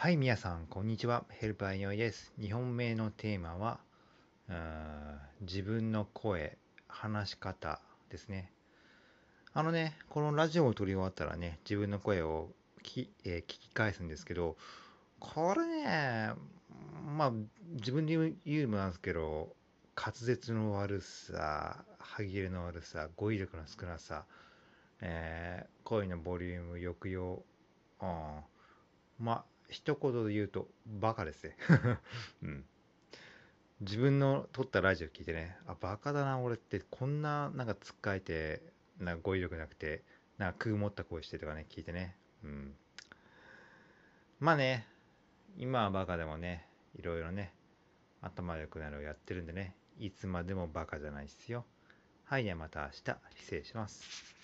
はい、皆さん、こんにちは。ヘルパーよいです。2本目のテーマは、自分の声、話し方ですね。このラジオを撮り終わったらね、自分の声を聞き返すんですけど、これね、まあ、自分で言うのもなんですけど、滑舌の悪さ、歯切れの悪さ、語彙力の少なさ、声のボリューム、抑揚、うん、一言で言うと、バカですね。うん。自分の撮ったラジオ聞いてね、バカだな、俺って、こんな、つっかえて、語彙力なくて、空持った声してとかね、聞いてね。うん。まあね、今はバカでもね、いろいろね、頭良くなるをやってるんでね、いつまでもバカじゃないっすよ。はい、ではまた明日、失礼します。